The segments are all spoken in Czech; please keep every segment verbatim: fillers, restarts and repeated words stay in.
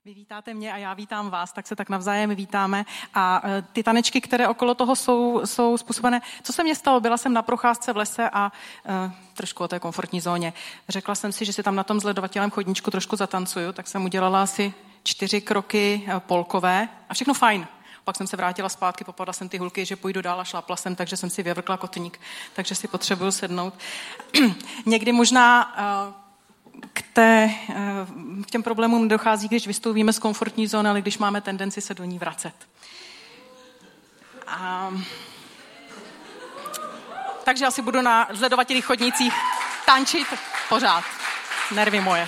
Vy vítáte mě a já vítám vás, tak se tak navzájem vítáme. A ty tanečky, které okolo toho jsou, jsou způsobené. Co se mně stalo? Byla jsem na procházce v lese a uh, trošku o té komfortní zóně. Řekla jsem si, že si tam na tom zledovatelném chodníčku trošku zatancuju, tak jsem udělala asi čtyři kroky polkové a všechno fajn. Pak jsem se vrátila zpátky, popadla jsem ty hulky, že půjdu dál a šlápla jsem, takže jsem si vyvrkla kotník, takže si potřebuju sednout. Někdy možná uh, k, té, uh, k těm problémům dochází, když vystoupíme z komfortní zóny, ale když máme tendenci se do ní vracet. Uh, takže asi budu na zledovatelných chodnících tančit pořád. Nervy moje.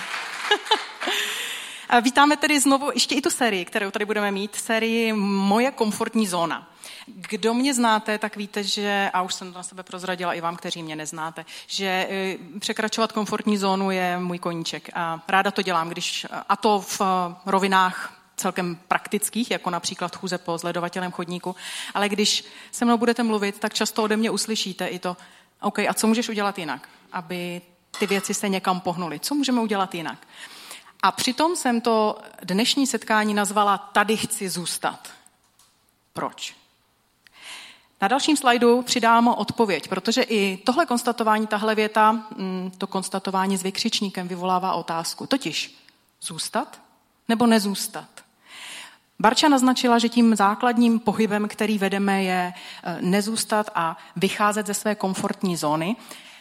Vítáme tedy znovu ještě i tu sérii, kterou tady budeme mít, sérii Moje komfortní zóna. Kdo mě znáte, tak víte, že, a už jsem to na sebe prozradila i vám, kteří mě neznáte, že překračovat komfortní zónu je můj koníček. A ráda to dělám, když, a to v rovinách celkem praktických, jako například chůze po zledovatelném chodníku, ale když se mnou budete mluvit, tak často ode mě uslyšíte i to, OK, a co můžeš udělat jinak, aby ty věci se někam pohnuly? Co můžeme udělat jinak? A přitom jsem to dnešní setkání nazvala Tady chci zůstat. Proč? Na dalším slajdu přidám odpověď, protože i tohle konstatování, tahle věta, to konstatování s vykřičníkem vyvolává otázku. Totiž zůstat nebo nezůstat? Barča naznačila, že tím základním pohybem, který vedeme, je nezůstat a vycházet ze své komfortní zóny.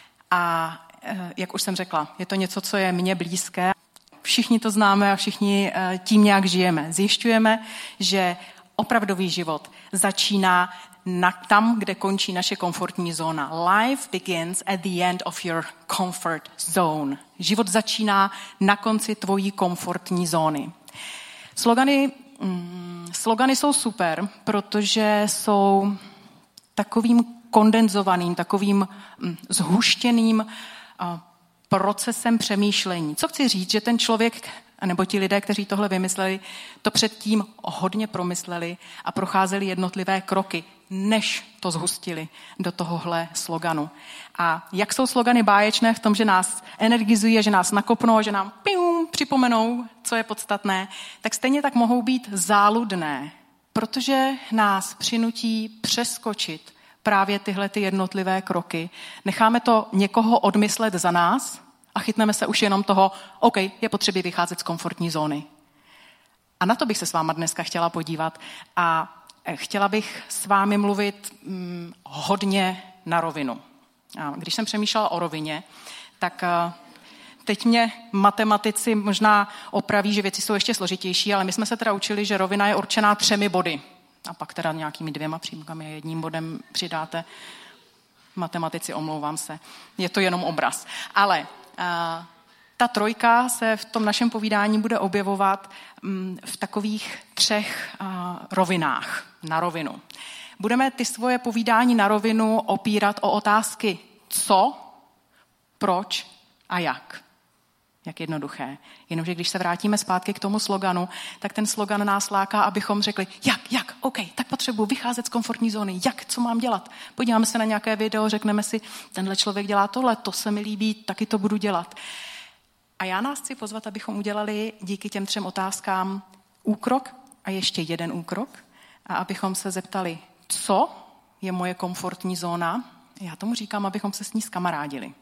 A jak už jsem řekla, je to něco, co je mně blízké. Všichni to známe a všichni tím nějak žijeme. Zjišťujeme, že opravdový život začíná na, tam, kde končí naše komfortní zóna. Life begins at the end of your comfort zone. Život začíná na konci tvojí komfortní zóny. Slogany, mm, slogany jsou super, protože jsou takovým kondenzovaným, takovým mm, zhuštěným uh, procesem přemýšlení. Co chci říct, že ten člověk, nebo ti lidé, kteří tohle vymysleli, to předtím hodně promysleli a procházeli jednotlivé kroky, než to zhustili do tohohle sloganu. A jak jsou slogany báječné v tom, že nás energizují, že nás nakopnou, že nám pium, připomenou, co je podstatné, tak stejně tak mohou být záludné, protože nás přinutí přeskočit právě tyhle ty jednotlivé kroky. Necháme to někoho odmyslet za nás a chytneme se už jenom toho, OK, je potřeba vycházet z komfortní zóny. A na to bych se s váma dneska chtěla podívat a chtěla bych s vámi mluvit hm, hodně na rovinu. A když jsem přemýšlela o rovině, tak teď mě matematici možná opraví, že věci jsou ještě složitější, ale my jsme se teda učili, že rovina je určená třemi body. A pak teda nějakými dvěma přímkami a jedním bodem přidáte. Matematici, omlouvám se. Je to jenom obraz. Ale a, ta trojka se v tom našem povídání bude objevovat m, v takových třech a, rovinách. Na rovinu. Budeme ty svoje povídání na rovinu opírat o otázky co, proč a jak. Jak jednoduché. Jenomže když se vrátíme zpátky k tomu sloganu, tak ten slogan nás láká, abychom řekli, jak, jak, OK, tak potřebuji vycházet z komfortní zóny, jak, co mám dělat. Podíváme se na nějaké video, řekneme si, tenhle člověk dělá tohle, to se mi líbí, taky to budu dělat. A já nás chci pozvat, abychom udělali díky těm třem otázkám úkrok a ještě jeden úkrok a abychom se zeptali, co je moje komfortní zóna. Já tomu říkám, abychom se s ní zkamarádili.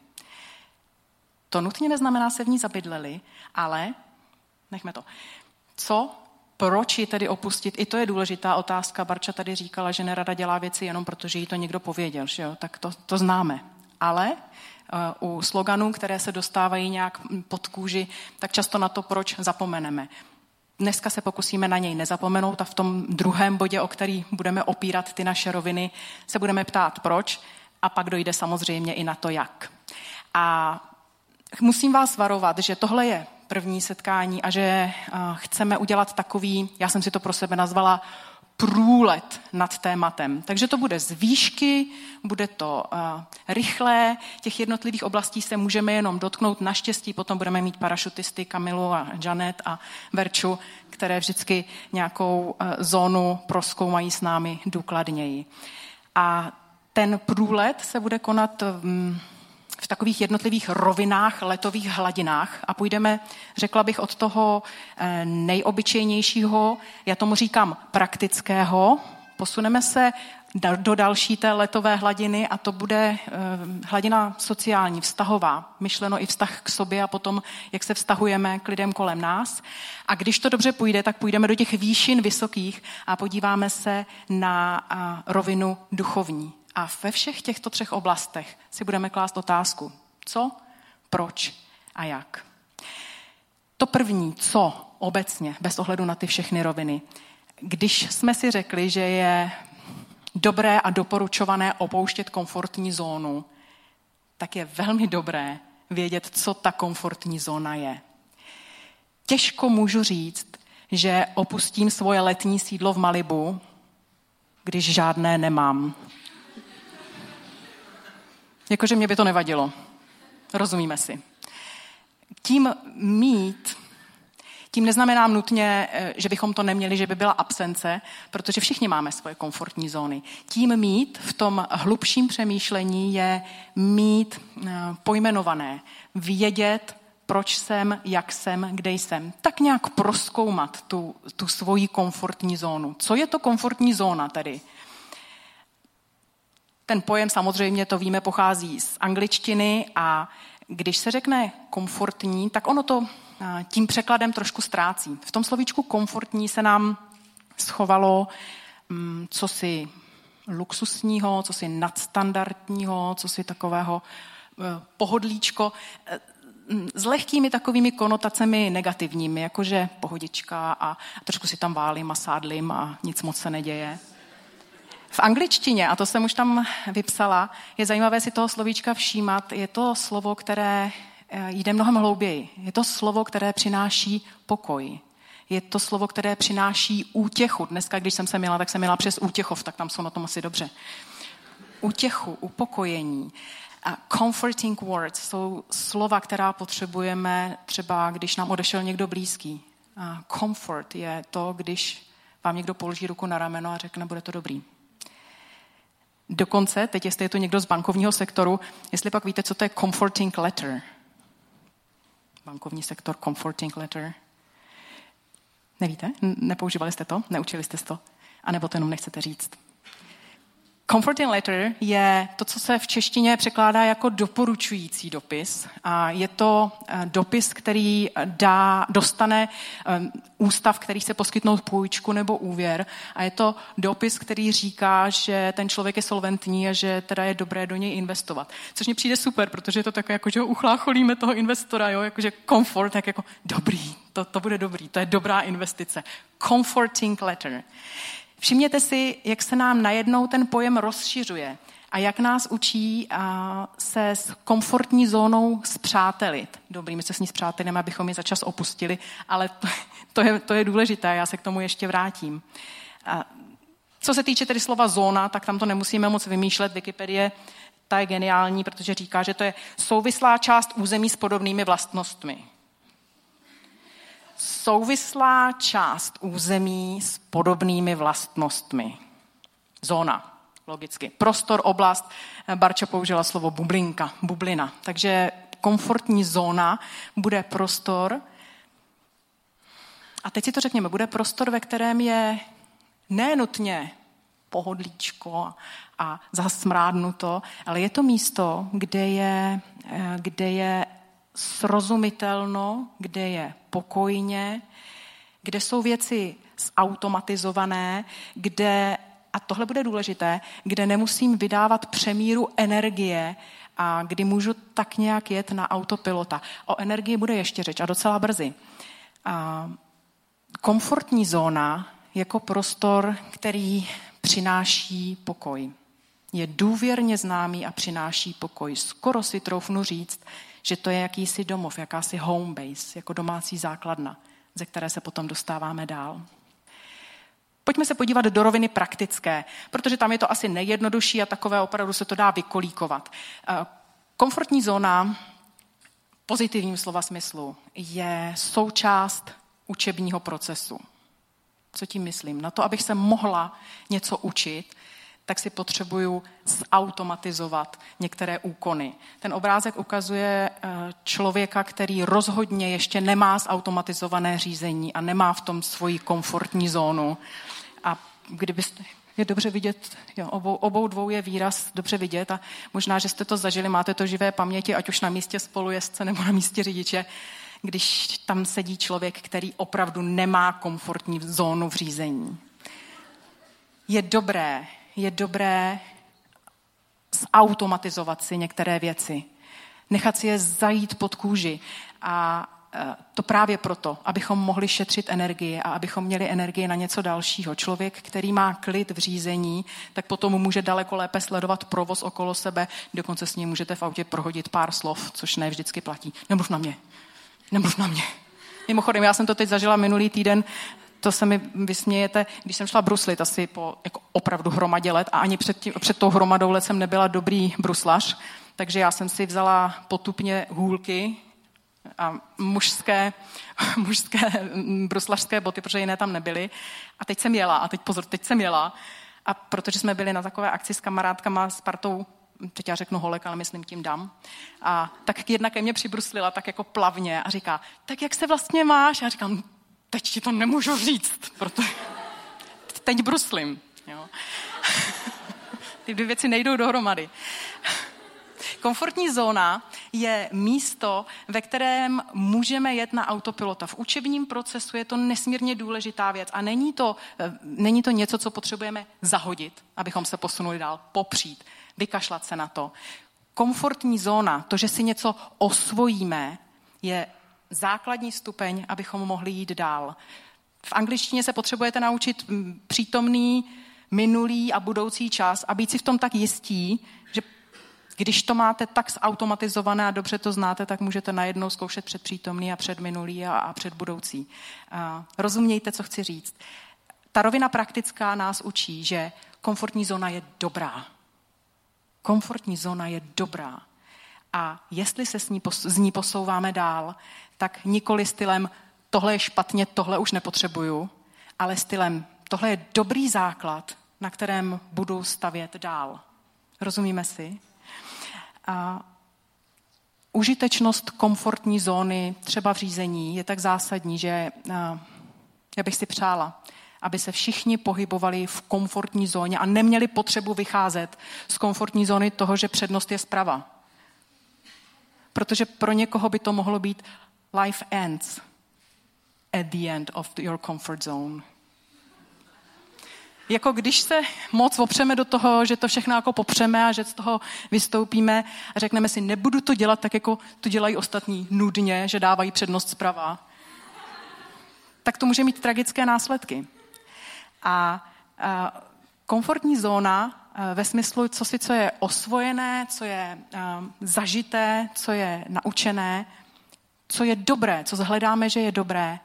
To nutně neznamená se v ní zabydleli, ale nechme to. Co, proč ji tedy opustit? I to je důležitá otázka. Barča tady říkala, že nerada dělá věci jenom protože jí to někdo pověděl. Že jo? Tak to, to známe. Ale uh, u sloganů, které se dostávají nějak pod kůži, tak často na to, proč zapomeneme. Dneska se pokusíme na něj nezapomenout a v tom druhém bodě, o který budeme opírat ty naše roviny, se budeme ptát proč a pak dojde samozřejmě i na to jak. A musím vás varovat, že tohle je první setkání a že chceme udělat takový, já jsem si to pro sebe nazvala, průlet nad tématem. Takže to bude z výšky, bude to uh, rychlé, těch jednotlivých oblastí se můžeme jenom dotknout. Naštěstí potom budeme mít parašutisty Kamilu a Janet a Verču, které vždycky nějakou uh, zónu prozkoumají s námi důkladněji. A ten průlet se bude konat um, v takových jednotlivých rovinách, letových hladinách a půjdeme, řekla bych, od toho nejobyčejnějšího, já tomu říkám praktického, posuneme se do další té letové hladiny a to bude hladina sociální, vztahová, myšleno i vztah k sobě a potom, jak se vztahujeme k lidem kolem nás. A když to dobře půjde, tak půjdeme do těch výšin vysokých a podíváme se na rovinu duchovní. A ve všech těchto třech oblastech si budeme klást otázku, co, proč a jak. To první, co obecně, bez ohledu na ty všechny roviny. Když jsme si řekli, že je dobré a doporučované opouštět komfortní zónu, tak je velmi dobré vědět, co ta komfortní zóna je. Těžko můžu říct, že opustím svoje letní sídlo v Malibu, když žádné nemám. Jakože mě by to nevadilo. Rozumíme si. Tím mít, tím neznamenám nutně, že bychom to neměli, že by byla absence, protože všichni máme svoje komfortní zóny. Tím mít v tom hlubším přemýšlení je mít pojmenované, vědět, proč jsem, jak jsem, kde jsem. Tak nějak prozkoumat tu, tu svoji komfortní zónu. Co je to komfortní zóna tedy? Ten pojem samozřejmě, to víme, pochází z angličtiny a když se řekne komfortní, tak ono to tím překladem trošku ztrácí. V tom slovíčku komfortní se nám schovalo cosi luxusního, cosi nadstandardního, cosi takového pohodlíčko s lehkými takovými konotacemi negativními, jakože pohodička a trošku si tam válím a sádlím a nic moc se neděje. V angličtině, a to jsem už tam vypsala, je zajímavé si toho slovíčka všímat, je to slovo, které jde mnohem hlouběji. Je to slovo, které přináší pokoj. Je to slovo, které přináší útěchu. Dneska, když jsem se měla, tak jsem měla přes Útěchov, tak tam jsou na tom asi dobře. Útěchu, upokojení. A comforting words jsou slova, která potřebujeme třeba, když nám odešel někdo blízký. A comfort je to, když vám někdo položí ruku na rameno a řekne, bude to dobrý. Dokonce, teď jestli je to někdo z bankovního sektoru, jestli pak víte, co to je comforting letter. Bankovní sektor, comforting letter. Nevíte? Nepoužívali jste to? Neučili jste to? A nebo to jenom nechcete říct? Comforting letter je to, co se v češtině překládá jako doporučující dopis. A je to dopis, který dá, dostane ústav, který chce poskytnout půjčku nebo úvěr. A je to dopis, který říká, že ten člověk je solventní a že teda je dobré do něj investovat. Což mi přijde super, protože je to takové, jako, že uchlácholíme toho investora, jo? Jakože comfort, tak jako dobrý, to, to bude dobrý, to je dobrá investice. Comforting letter. Všimněte si, jak se nám najednou ten pojem rozšiřuje a jak nás učí se s komfortní zónou spřátelit. Dobrý, my se s ní spřátelíme, abychom ji za čas opustili, ale to, to, je, to je důležité, já se k tomu ještě vrátím. A co se týče tedy slova zóna, tak tam to nemusíme moc vymýšlet. Wikipedie, ta je geniální, protože říká, že to je souvislá část území s podobnými vlastnostmi. Souvislá část území s podobnými vlastnostmi. Zóna, logicky. Prostor, oblast, Barča použila slovo bublinka, bublina. Takže komfortní zóna bude prostor, a teď si to řekněme, bude prostor, ve kterém je nenutně pohodlíčko a zasmrádnuto, ale je to místo, kde je, kde je srozumitelno, kde je pokojně, kde jsou věci zautomatizované, kde, a tohle bude důležité, kde nemusím vydávat přemíru energie a kdy můžu tak nějak jet na autopilota. O energii bude ještě řeč a docela brzy. A komfortní zóna jako prostor, který přináší pokoj. Je důvěrně známý a přináší pokoj. Skoro si troufnu říct, že to je jakýsi domov, jakási home base, jako domácí základna, ze které se potom dostáváme dál. Pojďme se podívat do roviny praktické, protože tam je to asi nejjednodušší a takové opravdu se to dá vykolíkovat. Komfortní zóna, v pozitivním slova smyslu, je součást učebního procesu. Co tím myslím? Na to, abych se mohla něco učit, tak si potřebuju zautomatizovat některé úkony. Ten obrázek ukazuje člověka, který rozhodně ještě nemá zautomatizované řízení a nemá v tom svoji komfortní zónu. A kdybyste... Je dobře vidět, jo, obou, obou dvou je výraz dobře vidět a možná, že jste to zažili, máte to živé paměti, ať už na místě spolujezdce nebo na místě řidiče, když tam sedí člověk, který opravdu nemá komfortní zónu v řízení. Je dobré, je dobré zautomatizovat si některé věci, nechat si je zajít pod kůži a to právě proto, abychom mohli šetřit energii a abychom měli energii na něco dalšího. Člověk, který má klid v řízení, tak potom může daleko lépe sledovat provoz okolo sebe, dokonce s ním můžete v autě prohodit pár slov, což ne vždycky platí. Nemluv na mě, nemluv na mě. Mimochodem, já jsem to teď zažila minulý týden, to se mi vysmějete, když jsem šla bruslit asi po jako opravdu hromadě let a ani před, tím, před tou hromadou let jsem nebyla dobrý bruslař, takže já jsem si vzala potupně hůlky a mužské, mužské bruslařské boty, protože jiné tam nebyly. A teď jsem jela, a teď pozor, teď jsem jela. A protože jsme byli na takové akci s kamarádkama, s partou, teď já řeknu holek, ale myslím tím dam. A tak jedna ke mně přibruslila tak jako plavně a říká, tak jak se vlastně máš? A já říkám, teď ti to nemůžu říct, protože teď bruslím. Jo. Ty dvě věci nejdou dohromady. Komfortní zóna je místo, ve kterém můžeme jet na autopilota. V učebním procesu je to nesmírně důležitá věc a není to, není to něco, co potřebujeme zahodit, abychom se posunuli dál, popřít, vykašlat se na to. Komfortní zóna, to, že si něco osvojíme, je základní stupeň, abychom mohli jít dál. V angličtině se potřebujete naučit přítomný, minulý a budoucí čas a být si v tom tak jistí, že když to máte tak zautomatizované a dobře to znáte, tak můžete najednou zkoušet před přítomný a před minulý a, a před budoucí. A rozumějte, co chci říct. Ta rovina praktická nás učí, že komfortní zóna je dobrá. Komfortní zóna je dobrá. A jestli se s ní, z ní posouváme dál, tak nikoli stylem tohle je špatně, tohle už nepotřebuju, ale stylem tohle je dobrý základ, na kterém budu stavět dál. Rozumíme si? A užitečnost komfortní zóny třeba v řízení je tak zásadní, že já bych si přála, aby se všichni pohybovali v komfortní zóně a neměli potřebu vycházet z komfortní zóny toho, že přednost je zprava. Protože pro někoho by to mohlo být life ends at the end of your comfort zone. Jako když se moc opřeme do toho, že to všechno jako popřeme a že z toho vystoupíme a řekneme si, nebudu to dělat tak, jako to dělají ostatní nudně, že dávají přednost zprava, tak to může mít tragické následky. A, a komfortní zóna a, ve smyslu, co si, co je osvojené, co je a, zažité, co je naučené, co je dobré, co zhledáme, že je dobré,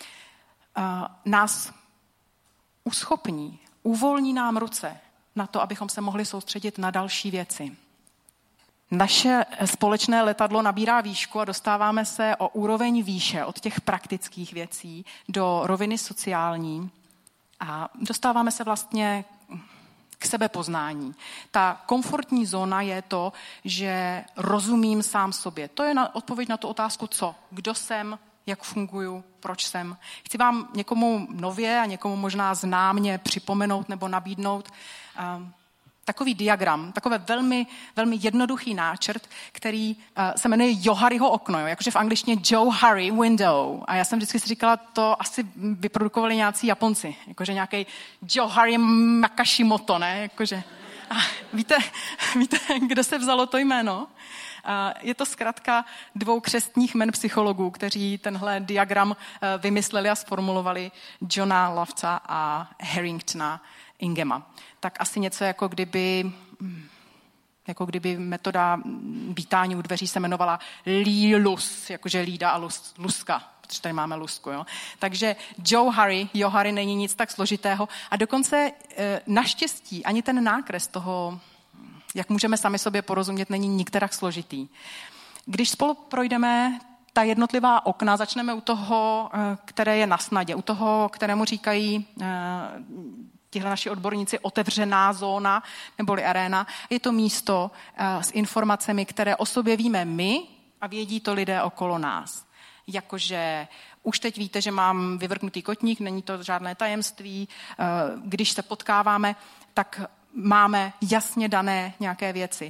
a, nás uschopní, uvolní nám ruce na to, abychom se mohli soustředit na další věci. Naše společné letadlo nabírá výšku a dostáváme se o úroveň výše od těch praktických věcí do roviny sociální a dostáváme se vlastně k sebepoznání. Ta komfortní zóna je to, že rozumím sám sobě. To je na, odpověď na tu otázku, co, kdo jsem, jak funguju, proč jsem. Chci vám někomu nově a někomu možná známě připomenout nebo nabídnout uh, takový diagram, takové velmi, velmi jednoduchý náčrt, který uh, se jmenuje Johariho okno, jo? Jakože v angličtině Joe Harry window. A já jsem vždycky si říkala, to asi vyprodukovali nějací Japonci, jakože nějaký Joe Harry Makashimoto, ne? Jakože, a víte, víte, kde se vzalo to jméno? Je to zkratka dvou křestních jmen psychologů, kteří tenhle diagram vymysleli a sformulovali, Johna Lovesa a Harringtona Ingema. Tak asi něco jako kdyby, jako kdyby metoda vítání u dveří se jmenovala Lí-lus, jakože lída a lus, luska, protože tady máme lusku. Jo? Takže Joe Harry, Jo Harry není nic tak složitého a dokonce naštěstí ani ten nákres toho, jak můžeme sami sobě porozumět, není nikterak složitý. Když spolu projdeme ta jednotlivá okna, začneme u toho, které je na snadě, u toho, kterému říkají tihle naši odborníci, otevřená zóna neboli aréna. Je to místo uh, s informacemi, které o sobě víme my a vědí to lidé okolo nás. Jakože už teď víte, že mám vyvrknutý kotník, není to žádné tajemství. Uh, když se potkáváme, tak máme jasně dané nějaké věci.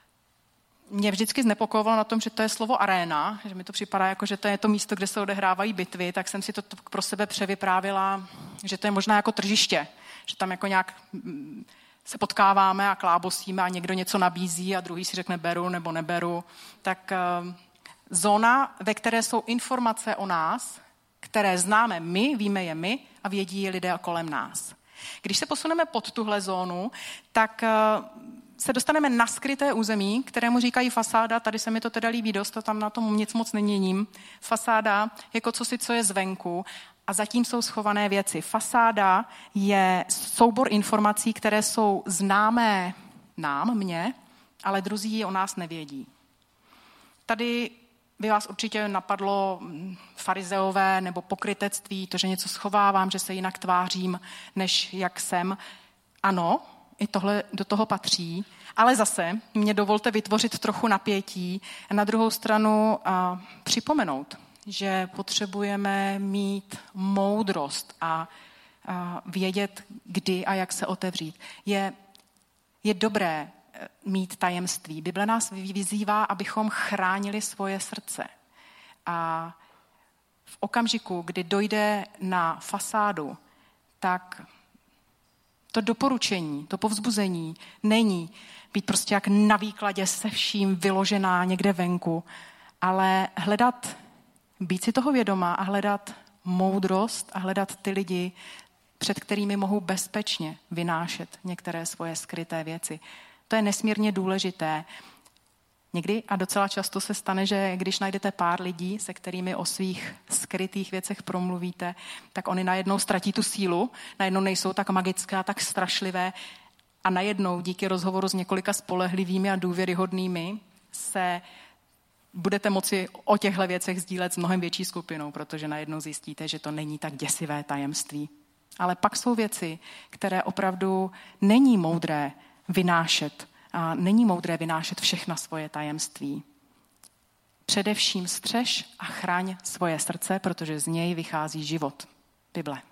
Mě vždycky znepokojovalo na tom, že to je slovo aréna, že mi to připadá jako, že to je to místo, kde se odehrávají bitvy, tak jsem si to pro sebe převyprávila, že to je možná jako tržiště, že tam jako nějak se potkáváme a klábosíme a někdo něco nabízí a druhý si řekne beru nebo neberu. Tak uh, zóna, ve které jsou informace o nás, které známe my, víme je my a vědí je lidé kolem nás. Když se posuneme pod tuhle zónu, tak uh, se dostaneme na skryté území, kterému říkají fasáda, tady se mi to teda líbí dost, to tam na tom nic moc neměním. Fasáda jako cosi, co je zvenku a zatím jsou schované věci. Fasáda je soubor informací, které jsou známé nám, mně, ale druzí o nás nevědí. Tady by vás určitě napadlo farizeové nebo pokrytectví, to, že něco schovávám, že se jinak tvářím, než jak jsem. Ano, i tohle do toho patří, ale zase mě dovolte vytvořit trochu napětí a na druhou stranu a, připomenout, že potřebujeme mít moudrost a, a vědět, kdy a jak se otevřít. Je, je dobré mít tajemství. Bible nás vyzývá, abychom chránili svoje srdce. A v okamžiku, kdy dojde na fasádu, tak to doporučení, to povzbuzení není být prostě jak na výkladě se vším vyložená někde venku, ale hledat, být si toho vědoma a hledat moudrost a hledat ty lidi, před kterými mohou bezpečně vynášet některé svoje skryté věci. To je nesmírně důležité. Někdy a docela často se stane, že když najdete pár lidí, se kterými o svých skrytých věcech promluvíte, tak oni najednou ztratí tu sílu, najednou nejsou tak magické a tak strašlivé a najednou díky rozhovoru s několika spolehlivými a důvěryhodnými se budete moci o těchto věcech sdílet s mnohem větší skupinou, protože najednou zjistíte, že to není tak děsivé tajemství. Ale pak jsou věci, které opravdu není moudré vynášet. A není moudré vynášet všechna svoje tajemství. Především střež a chraň svoje srdce, protože z něj vychází život. Bible.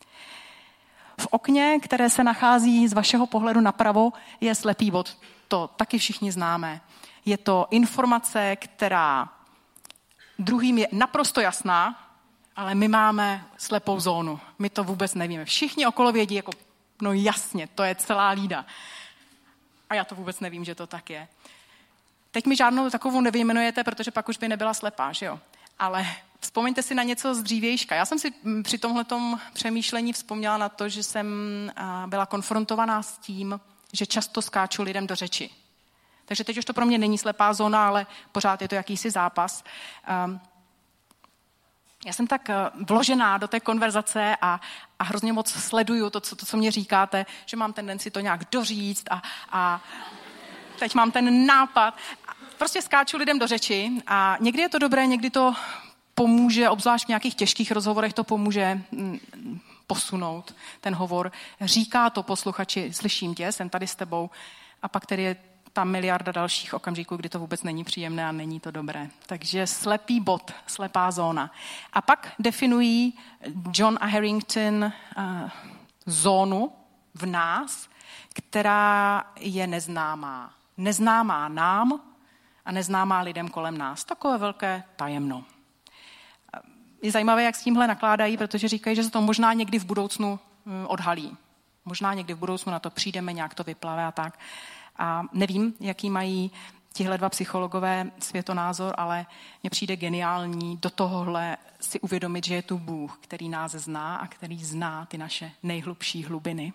V okně, které se nachází z vašeho pohledu napravo, je slepý bod. To taky všichni známe. Je to informace, která druhým je naprosto jasná, ale my máme slepou zónu. My to vůbec nevíme. Všichni okolo vědí, jako, no jasně, to je celá lída. A já to vůbec nevím, že to tak je. Teď mi žádnou takovou nevyjmenujete, protože pak už by nebyla slepá, že jo? Ale vzpomeňte si na něco z dřívějška. Já jsem si při tomhletom přemýšlení vzpomněla na to, že jsem byla konfrontovaná s tím, že často skáču lidem do řeči. Takže teď už to pro mě není slepá zóna, ale pořád je to jakýsi zápas. Já jsem tak vložená do té konverzace a, a hrozně moc sleduju to co, to, co mě říkáte, že mám tendenci to nějak doříct a, a teď mám ten nápad. Prostě skáču lidem do řeči a někdy je to dobré, někdy to pomůže, obzvlášť v nějakých těžkých rozhovorech to pomůže posunout ten hovor. Říká to posluchači, slyším tě, jsem tady s tebou a pak tedy je ta miliarda dalších okamžiků, kdy to vůbec není příjemné a není to dobré. Takže slepý bod, slepá zóna. A pak definují John a Harrington uh, zónu v nás, která je neznámá. Neznámá nám a neznámá lidem kolem nás. Takové velké tajemno. Je zajímavé, jak s tímhle nakládají, protože říkají, že se to možná někdy v budoucnu odhalí. Možná někdy v budoucnu na to přijdeme, nějak to vyplave a tak. A nevím, jaký mají tihle dva psychologové světonázor, ale mně přijde geniální do tohohle si uvědomit, že je tu Bůh, který nás zná a který zná ty naše nejhlubší hlubiny.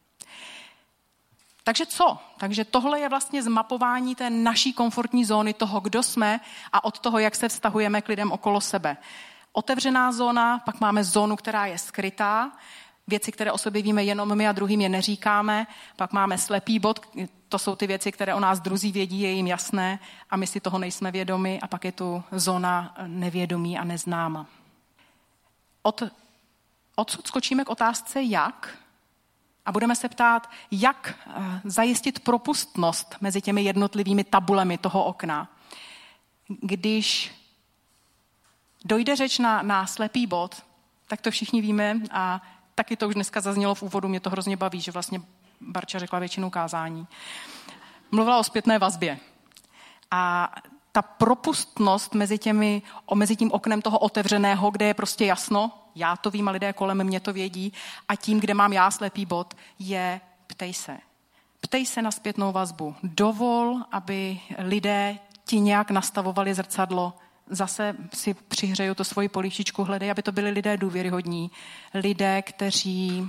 Takže co? Takže tohle je vlastně zmapování té naší komfortní zóny, toho, kdo jsme a od toho, jak se vztahujeme k lidem okolo sebe. Otevřená zóna, pak máme zónu, která je skrytá, věci, které o sobě víme jenom my a druhým je neříkáme, pak máme slepý bod, to jsou ty věci, které o nás druzí vědí, je jim jasné a my si toho nejsme vědomi a pak je tu zóna nevědomí a neznáma. Od, odsud skočíme k otázce jak A budeme se ptát, jak zajistit propustnost mezi těmi jednotlivými tabulemi toho okna. Když dojde řeč na, na slepý bod, tak to všichni víme a taky to už dneska zaznělo v úvodu, mě to hrozně baví, že vlastně Barča řekla většinu kázání. Mluvila o zpětné vazbě. A ta propustnost mezi, těmi, mezi tím oknem toho otevřeného, kde je prostě jasno, já to vím a lidé kolem mě to vědí, a tím, kde mám já slepý bod, je ptej se. Ptej se na zpětnou vazbu. Dovol, aby lidé ti nějak nastavovali zrcadlo. Zase si přihřeju to svoji polívčičku, hledej, aby to byli lidé důvěryhodní. Lidé, kteří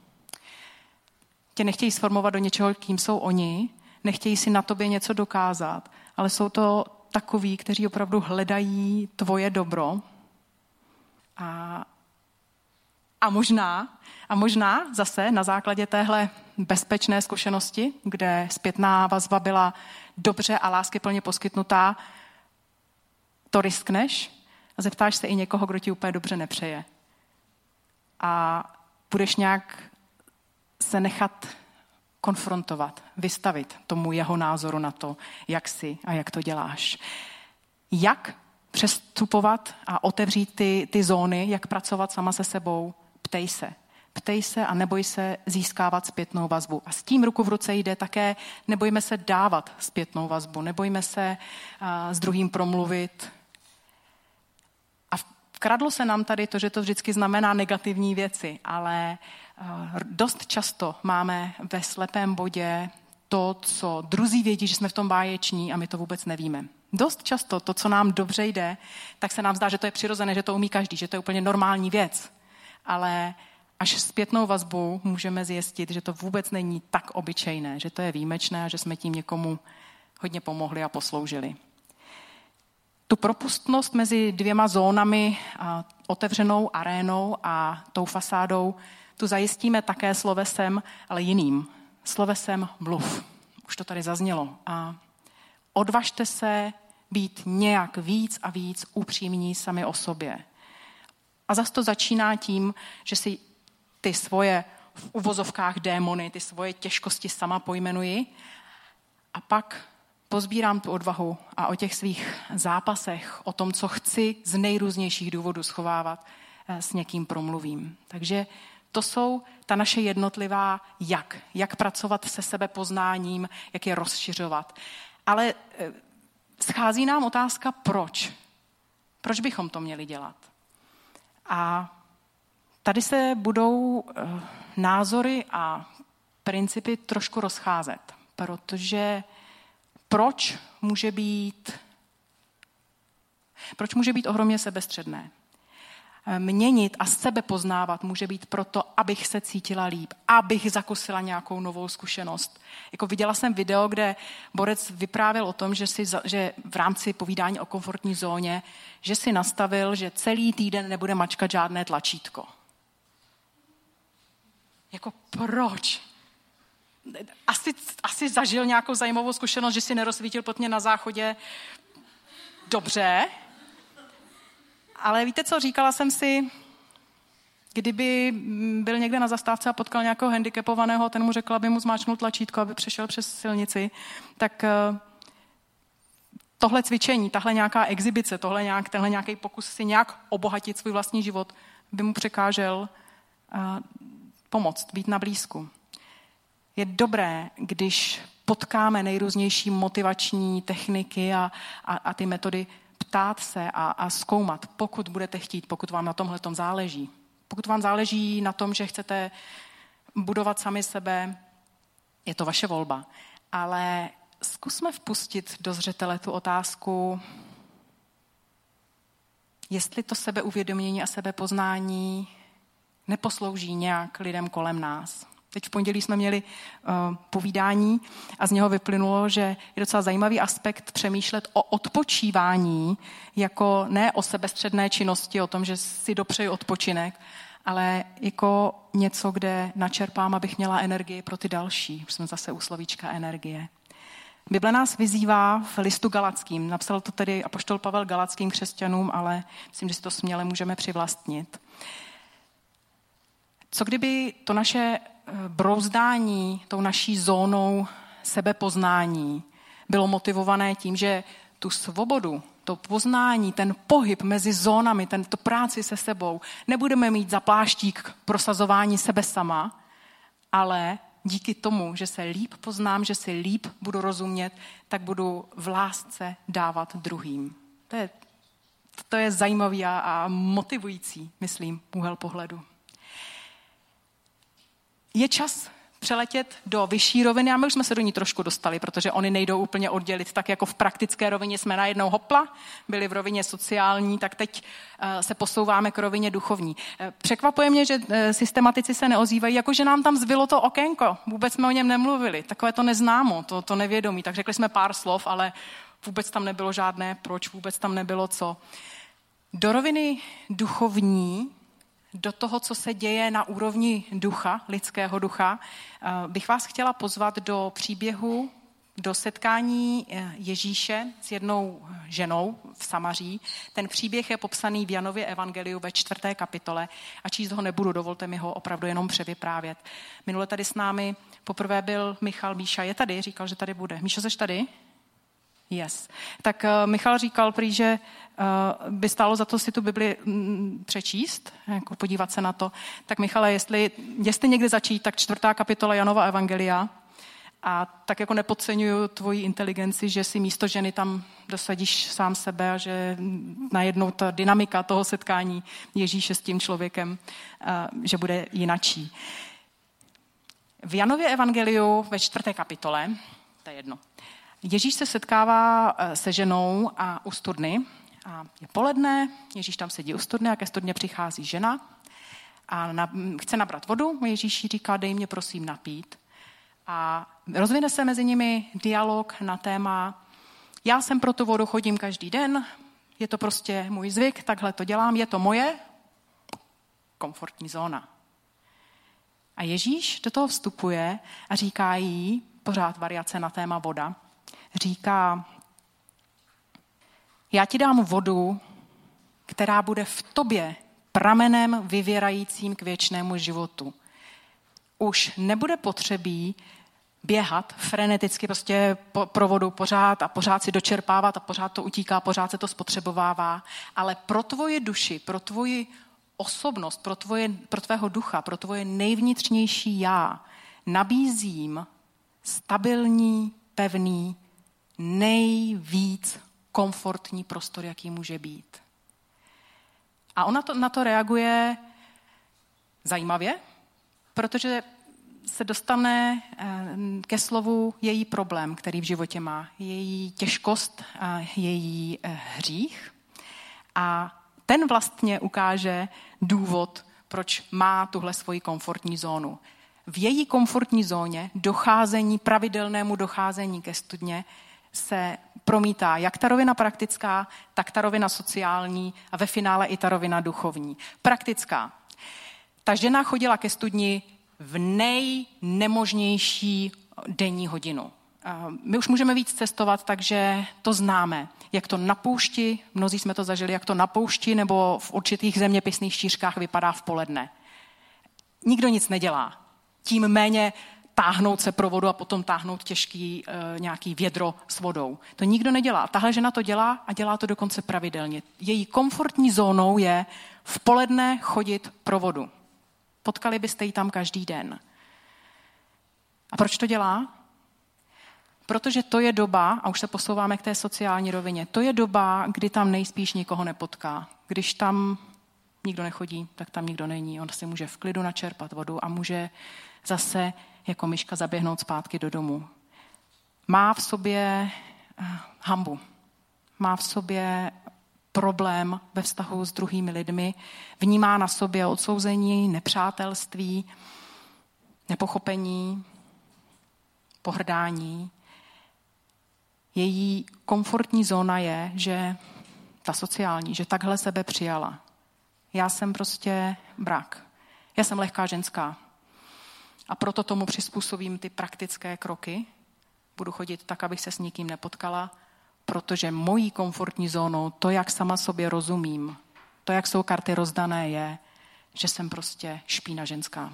tě nechtějí sformovat do něčeho, kým jsou oni, nechtějí si na tobě něco dokázat, ale jsou to takoví, kteří opravdu hledají tvoje dobro. A, a možná, a možná zase na základě téhle bezpečné zkušenosti, kde zpětná vazba byla dobře a láskyplně poskytnutá, to riskneš a zeptáš se i někoho, kdo ti úplně dobře nepřeje. A budeš nějak se nechat konfrontovat, vystavit tomu jeho názoru na to, jak jsi a jak to děláš. Jak přestupovat a otevřít ty, ty zóny, jak pracovat sama se sebou, ptej se. Ptej se a neboj se získávat zpětnou vazbu. A s tím ruku v ruce jde také, nebojme se dávat zpětnou vazbu, nebojme se uh, s druhým promluvit. A vkradlo se nám tady to, že to vždycky znamená negativní věci, ale dost často máme ve slepém bodě to, co druzí vědí, že jsme v tom báječní a my to vůbec nevíme. Dost často to, co nám dobře jde, tak se nám zdá, že to je přirozené, že to umí každý, že to je úplně normální věc. Ale až zpětnou vazbu můžeme zjistit, že to vůbec není tak obyčejné, že to je výjimečné a že jsme tím někomu hodně pomohli a posloužili. Tu propustnost mezi dvěma zónami, otevřenou arénou a tou fasádou, tu zajistíme také slovesem, ale jiným. Slovesem mluv. Už to tady zaznělo. A odvažte se být nějak víc a víc upřímní sami o sobě. A zas to začíná tím, že si ty svoje v uvozovkách démony, ty svoje těžkosti sama pojmenuji a pak pozbírám tu odvahu a o těch svých zápasech, o tom, co chci z nejrůznějších důvodů schovávat, s někým promluvím. Takže to jsou ta naše jednotlivá jak. Jak pracovat se sebepoznáním, jak je rozšiřovat. Ale schází nám otázka proč. Proč bychom to měli dělat? A tady se budou názory a principy trošku rozcházet, protože proč může být, proč může být ohromně sebestředné? Měnit a sebe poznávat může být proto, abych se cítila líp, abych zakusila nějakou novou zkušenost. Jako viděla jsem video, kde borec vyprávěl o tom, že, si, že v rámci povídání o komfortní zóně, že si nastavil, že celý týden nebude mačkat žádné tlačítko. Jako proč? Asi, asi zažil nějakou zajímavou zkušenost, že si nerozsvítil pod mě na záchodě. Dobře. Ale víte co, říkala jsem si, kdyby byl někde na zastávce a potkal nějakého handicapovaného, ten mu řekl, aby mu zmáčknul tlačítko, aby přešel přes silnici, tak tohle cvičení, tahle nějaká exibice, tohle nějak, tenhle nějaký pokus si nějak obohatit svůj vlastní život, by mu překážel pomoct, být na blízku. Je dobré, když potkáme nejrůznější motivační techniky a, a, a ty metody, ptát se a, a zkoumat, pokud budete chtít, pokud vám na tomhletom záleží. Pokud vám záleží na tom, že chcete budovat sami sebe, je to vaše volba. Ale zkusme vpustit do zřetele tu otázku, jestli to sebeuvědomění a sebepoznání neposlouží nějak lidem kolem nás. Teď v pondělí jsme měli uh, povídání a z něho vyplynulo, že je docela zajímavý aspekt přemýšlet o odpočívání jako ne o sebestředné činnosti, o tom, že si dopřeju odpočinek, ale jako něco, kde načerpám, abych měla energii pro ty další. Už jsme zase u slovíčka energie. Bible nás vyzývá v listu Galackým. Napsal to tedy apoštol Pavel Galackým křesťanům, ale myslím, že si to směle můžeme přivlastnit. Co kdyby to naše brouzdání tou naší zónou sebepoznání bylo motivované tím, že tu svobodu, to poznání, ten pohyb mezi zónami, tento práci se sebou nebudeme mít za pláštík k prosazování sebe sama, ale díky tomu, že se líp poznám, že si líp budu rozumět, tak budu v lásce dávat druhým. To je, to je zajímavý a, a motivující, myslím, úhel pohledu. Je čas přeletět do vyšší roviny a my už jsme se do ní trošku dostali, protože oni nejdou úplně oddělit, tak jako v praktické rovině jsme najednou hopla, byli v rovině sociální, tak teď se posouváme k rovině duchovní. Překvapuje mě, že systematici se neozývají, jakože nám tam zbylo to okénko, vůbec jsme o něm nemluvili, takové to neznámo, to, to nevědomí, tak řekli jsme pár slov, ale vůbec tam nebylo žádné proč, vůbec tam nebylo co. Do roviny duchovní, do toho, co se děje na úrovni ducha, lidského ducha, bych vás chtěla pozvat do příběhu, do setkání Ježíše s jednou ženou v Samaří. Ten příběh je popsaný v Janově evangeliu ve čtvrté kapitole a číst ho nebudu, dovolte mi ho opravdu jenom převyprávět. Minule tady s námi poprvé byl Michal. Míša je tady, říkal, že tady bude. Míšo, seš tady? Yes. Tak uh, Michal říkal prý, že uh, by stálo za to si tu Bibli mm, přečíst, jako podívat se na to. Tak Michale, jestli, jestli někdy začít, tak čtvrtá kapitola Janova evangelia a tak jako nepodceňuju tvoji inteligenci, že si místo ženy tam dosadíš sám sebe a že najednou ta dynamika toho setkání Ježíše s tím člověkem, uh, že bude jinačí. V Janově evangeliu ve čtvrté kapitole, to je jedno, Ježíš se setkává se ženou a u studny a je poledne, Ježíš tam sedí u studny a ke studně přichází žena a na, chce nabrat vodu, Ježíš jí říká, dej mě prosím napít. A rozvine se mezi nimi dialog na téma, já sem pro tu vodu chodím každý den, je to prostě můj zvyk, takhle to dělám, je to moje komfortní zóna. A Ježíš do toho vstupuje a říká jí, pořád variace na téma voda, říká, já ti dám vodu, která bude v tobě pramenem vyvěrajícím k věčnému životu. Už nebude potřebí běhat freneticky prostě pro vodu pořád a pořád si dočerpávat a pořád to utíká, pořád se to spotřebovává, ale pro tvoji duši, pro tvoji osobnost, pro, tvoje, pro tvého ducha, pro tvoje nejvnitřnější já nabízím stabilní, pevný, nejvíc komfortní prostor, jaký může být. A ona to, na to reaguje zajímavě, protože se dostane ke slovu její problém, který v životě má, její těžkost, její hřích. A ten vlastně ukáže důvod, proč má tuhle svoji komfortní zónu. V její komfortní zóně docházení, pravidelnému docházení ke studně se promítá jak ta rovina praktická, tak ta rovina sociální a ve finále i ta rovina duchovní. Praktická. Ta žena chodila ke studni v nejnemožnější denní hodinu. My už můžeme víc cestovat, takže to známe. Jak to na poušti, mnozí jsme to zažili, jak to na poušti nebo v určitých zeměpisných šířkách vypadá v poledne. Nikdo nic nedělá. Tím méně táhnout se pro vodu a potom táhnout těžký e, nějaký vědro s vodou. To nikdo nedělá. Tahle žena to dělá a dělá to dokonce pravidelně. Její komfortní zónou je v poledne chodit pro vodu. Potkali byste ji tam každý den. A proč to dělá? Protože to je doba, a už se posouváme k té sociální rovině, to je doba, kdy tam nejspíš nikoho nepotká. Když tam nikdo nechodí, tak tam nikdo není. On si může v klidu načerpat vodu a může zase jako myška zaběhnout zpátky do domu. Má v sobě hanbu. Má v sobě problém ve vztahu s druhými lidmi. Vnímá na sobě odsouzení, nepřátelství, nepochopení, pohrdání. Její komfortní zóna je, že ta sociální, že takhle sebe přijala. Já jsem prostě brak. Já jsem lehká ženská. A proto tomu přizpůsobím ty praktické kroky. Budu chodit tak, abych se s nikým nepotkala, protože mojí komfortní zónou, to, jak sama sobě rozumím, to, jak jsou karty rozdané, je, že jsem prostě špína ženská.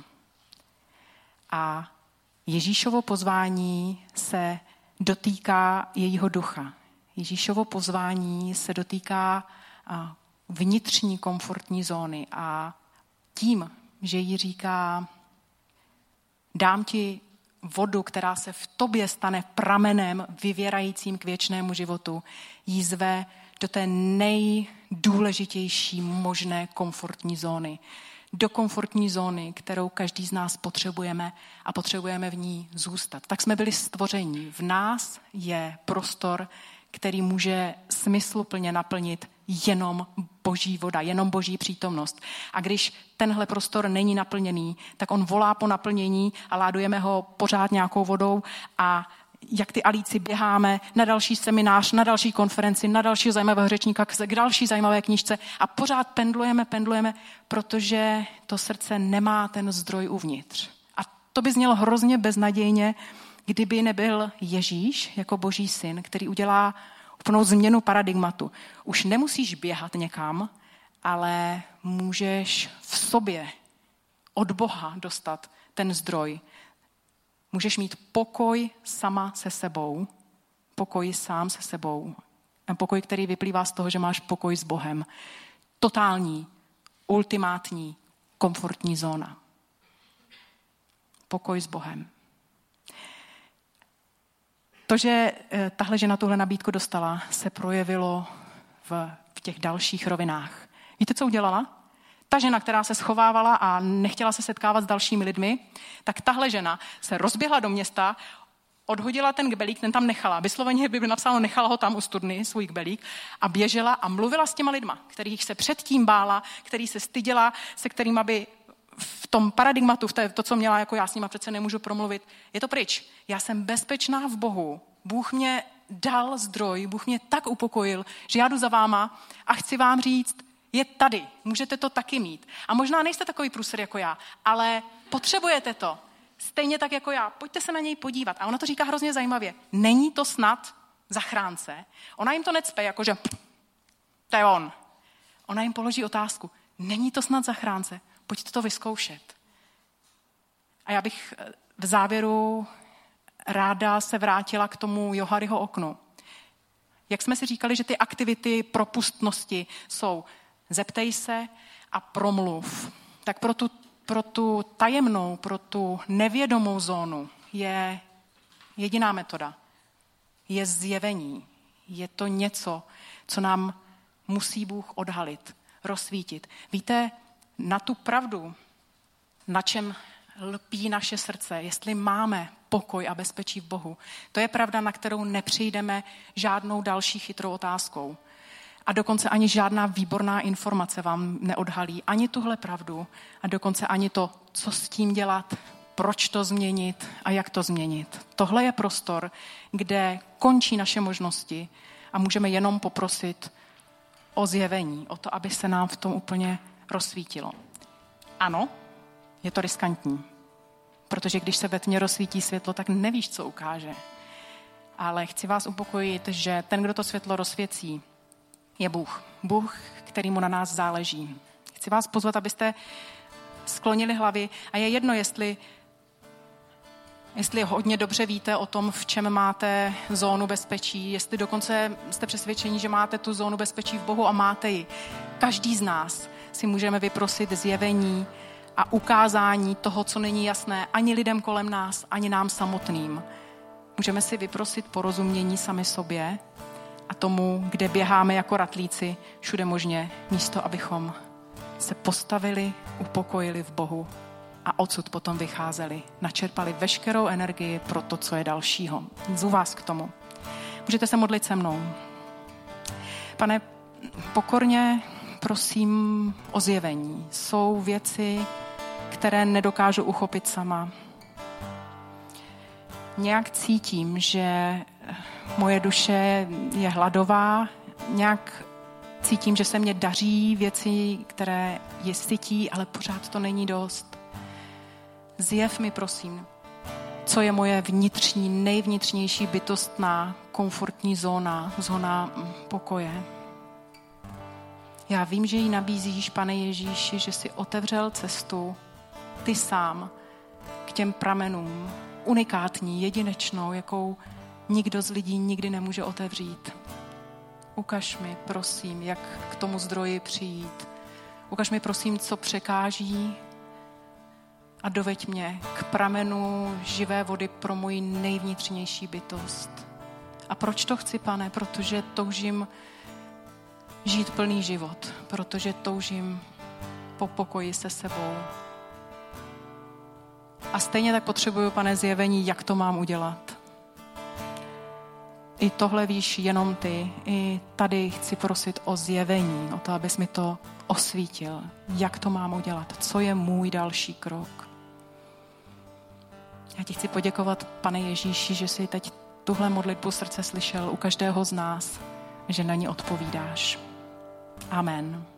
A Ježíšovo pozvání se dotýká jejího ducha. Ježíšovo pozvání se dotýká vnitřní komfortní zóny a tím, že jí říká, dám ti vodu, která se v tobě stane pramenem vyvěrajícím k věčnému životu, jí zve do té nejdůležitější možné komfortní zóny. Do komfortní zóny, kterou každý z nás potřebujeme a potřebujeme v ní zůstat. Tak jsme byli stvoření. V nás je prostor, který může smysluplně naplnit jenom boží voda, jenom boží přítomnost. A když tenhle prostor není naplněný, tak on volá po naplnění a ládujeme ho pořád nějakou vodou a jak ty alíci běháme na další seminář, na další konferenci, na dalšího zajímavého řečníka, k další zajímavé knížce a pořád pendlujeme, pendlujeme, protože to srdce nemá ten zdroj uvnitř. A to by znělo hrozně beznadějně, kdyby nebyl Ježíš jako boží syn, který udělá úplnou změnu paradigmatu. Už nemusíš běhat někam, ale můžeš v sobě od Boha dostat ten zdroj. Můžeš mít pokoj sama se sebou, pokoj sám se sebou. Pokoj, který vyplývá z toho, že máš pokoj s Bohem. Totální, ultimátní, komfortní zóna. Pokoj s Bohem. To, že tahle žena tuhle nabídku dostala, se projevilo v, v těch dalších rovinách. Víte, co udělala? Ta žena, která se schovávala a nechtěla se setkávat s dalšími lidmi, tak tahle žena se rozběhla do města, odhodila ten kbelík, ten tam nechala. Vysloveně by napsáno, nechala ho tam u studny, svůj kbelík, a běžela a mluvila s těma lidma, kterých se předtím bála, který se styděla, se kterým by v tom paradigmatu, v té, to, co měla, jako já s nima přece nemůžu promluvit, je to pryč. Já jsem bezpečná v Bohu. Bůh mě dal zdroj, Bůh mě tak upokojil, že já jdu za váma a chci vám říct, je tady, můžete to taky mít. A možná nejste takový průser jako já, ale potřebujete to. Stejně tak jako já. Pojďte se na něj podívat. A ona to říká hrozně zajímavě. Není to snad zachránce? Ona jim to necpe, jakože to je on. Ona jim položí otázku. Není to snad zachránce? Pojďte to vyzkoušet. A já bych v závěru ráda se vrátila k tomu Johariho oknu. Jak jsme si říkali, že ty aktivity propustnosti jsou zeptej se a promluv. Tak pro tu, pro tu tajemnou, pro tu nevědomou zónu je jediná metoda. Je zjevení. Je to něco, co nám musí Bůh odhalit, rozsvítit. Víte, na tu pravdu, na čem lpí naše srdce, jestli máme pokoj a bezpečí v Bohu, to je pravda, na kterou nepřijdeme žádnou další chytrou otázkou. A dokonce ani žádná výborná informace vám neodhalí ani tuhle pravdu a dokonce ani to, co s tím dělat, proč to změnit a jak to změnit. Tohle je prostor, kde končí naše možnosti a můžeme jenom poprosit o zjevení, o to, aby se nám v tom úplně rozsvítilo. Ano, je to riskantní, protože když se ve tmě rozsvítí světlo, tak nevíš, co ukáže. Ale chci vás upokojit, že ten, kdo to světlo rozsvěcí, je Bůh. Bůh, kterýmu na nás záleží. Chci vás pozvat, abyste sklonili hlavy a je jedno, jestli, jestli hodně dobře víte o tom, v čem máte zónu bezpečí, jestli dokonce jste přesvědčeni, že máte tu zónu bezpečí v Bohu a máte ji. Každý z nás si můžeme vyprosit zjevení a ukázání toho, co není jasné ani lidem kolem nás, ani nám samotným. Můžeme si vyprosit porozumění sami sobě a tomu, kde běháme jako ratlíci všude možně, místo abychom se postavili, upokojili v Bohu a odsud potom vycházeli, načerpali veškerou energii pro to, co je dalšího. Zvu vás k tomu. Můžete se modlit se mnou. Pane, pokorně prosím o zjevení. Jsou věci, které nedokážu uchopit sama. Nějak cítím, že moje duše je hladová, nějak cítím, že se mně daří věci, které je sytí, ale pořád to není dost. Zjev mi, prosím, co je moje vnitřní, nejvnitřnější bytostná, komfortní zóna, zóna pokoje. Já vím, že ji nabízíš, Pane Ježíši, že jsi otevřel cestu, ty sám, k těm pramenům, unikátní, jedinečnou, jakou nikdo z lidí nikdy nemůže otevřít. Ukaž mi, prosím, jak k tomu zdroji přijít. Ukaž mi, prosím, co překáží a doveď mě k pramenu živé vody pro moji nejvnitřnější bytost. A proč to chci, Pane? Protože toužím žít plný život, protože toužím po pokoji se sebou. A stejně tak potřebuju, Pane, zjevení, jak to mám udělat. I tohle víš jenom ty. I tady chci prosit o zjevení, o to, abys mi to osvítil. Jak to mám udělat? Co je můj další krok? Já ti chci poděkovat, Pane Ježíši, že jsi teď tuhle modlitbu srdce slyšel u každého z nás, že na ní odpovídáš. Amen.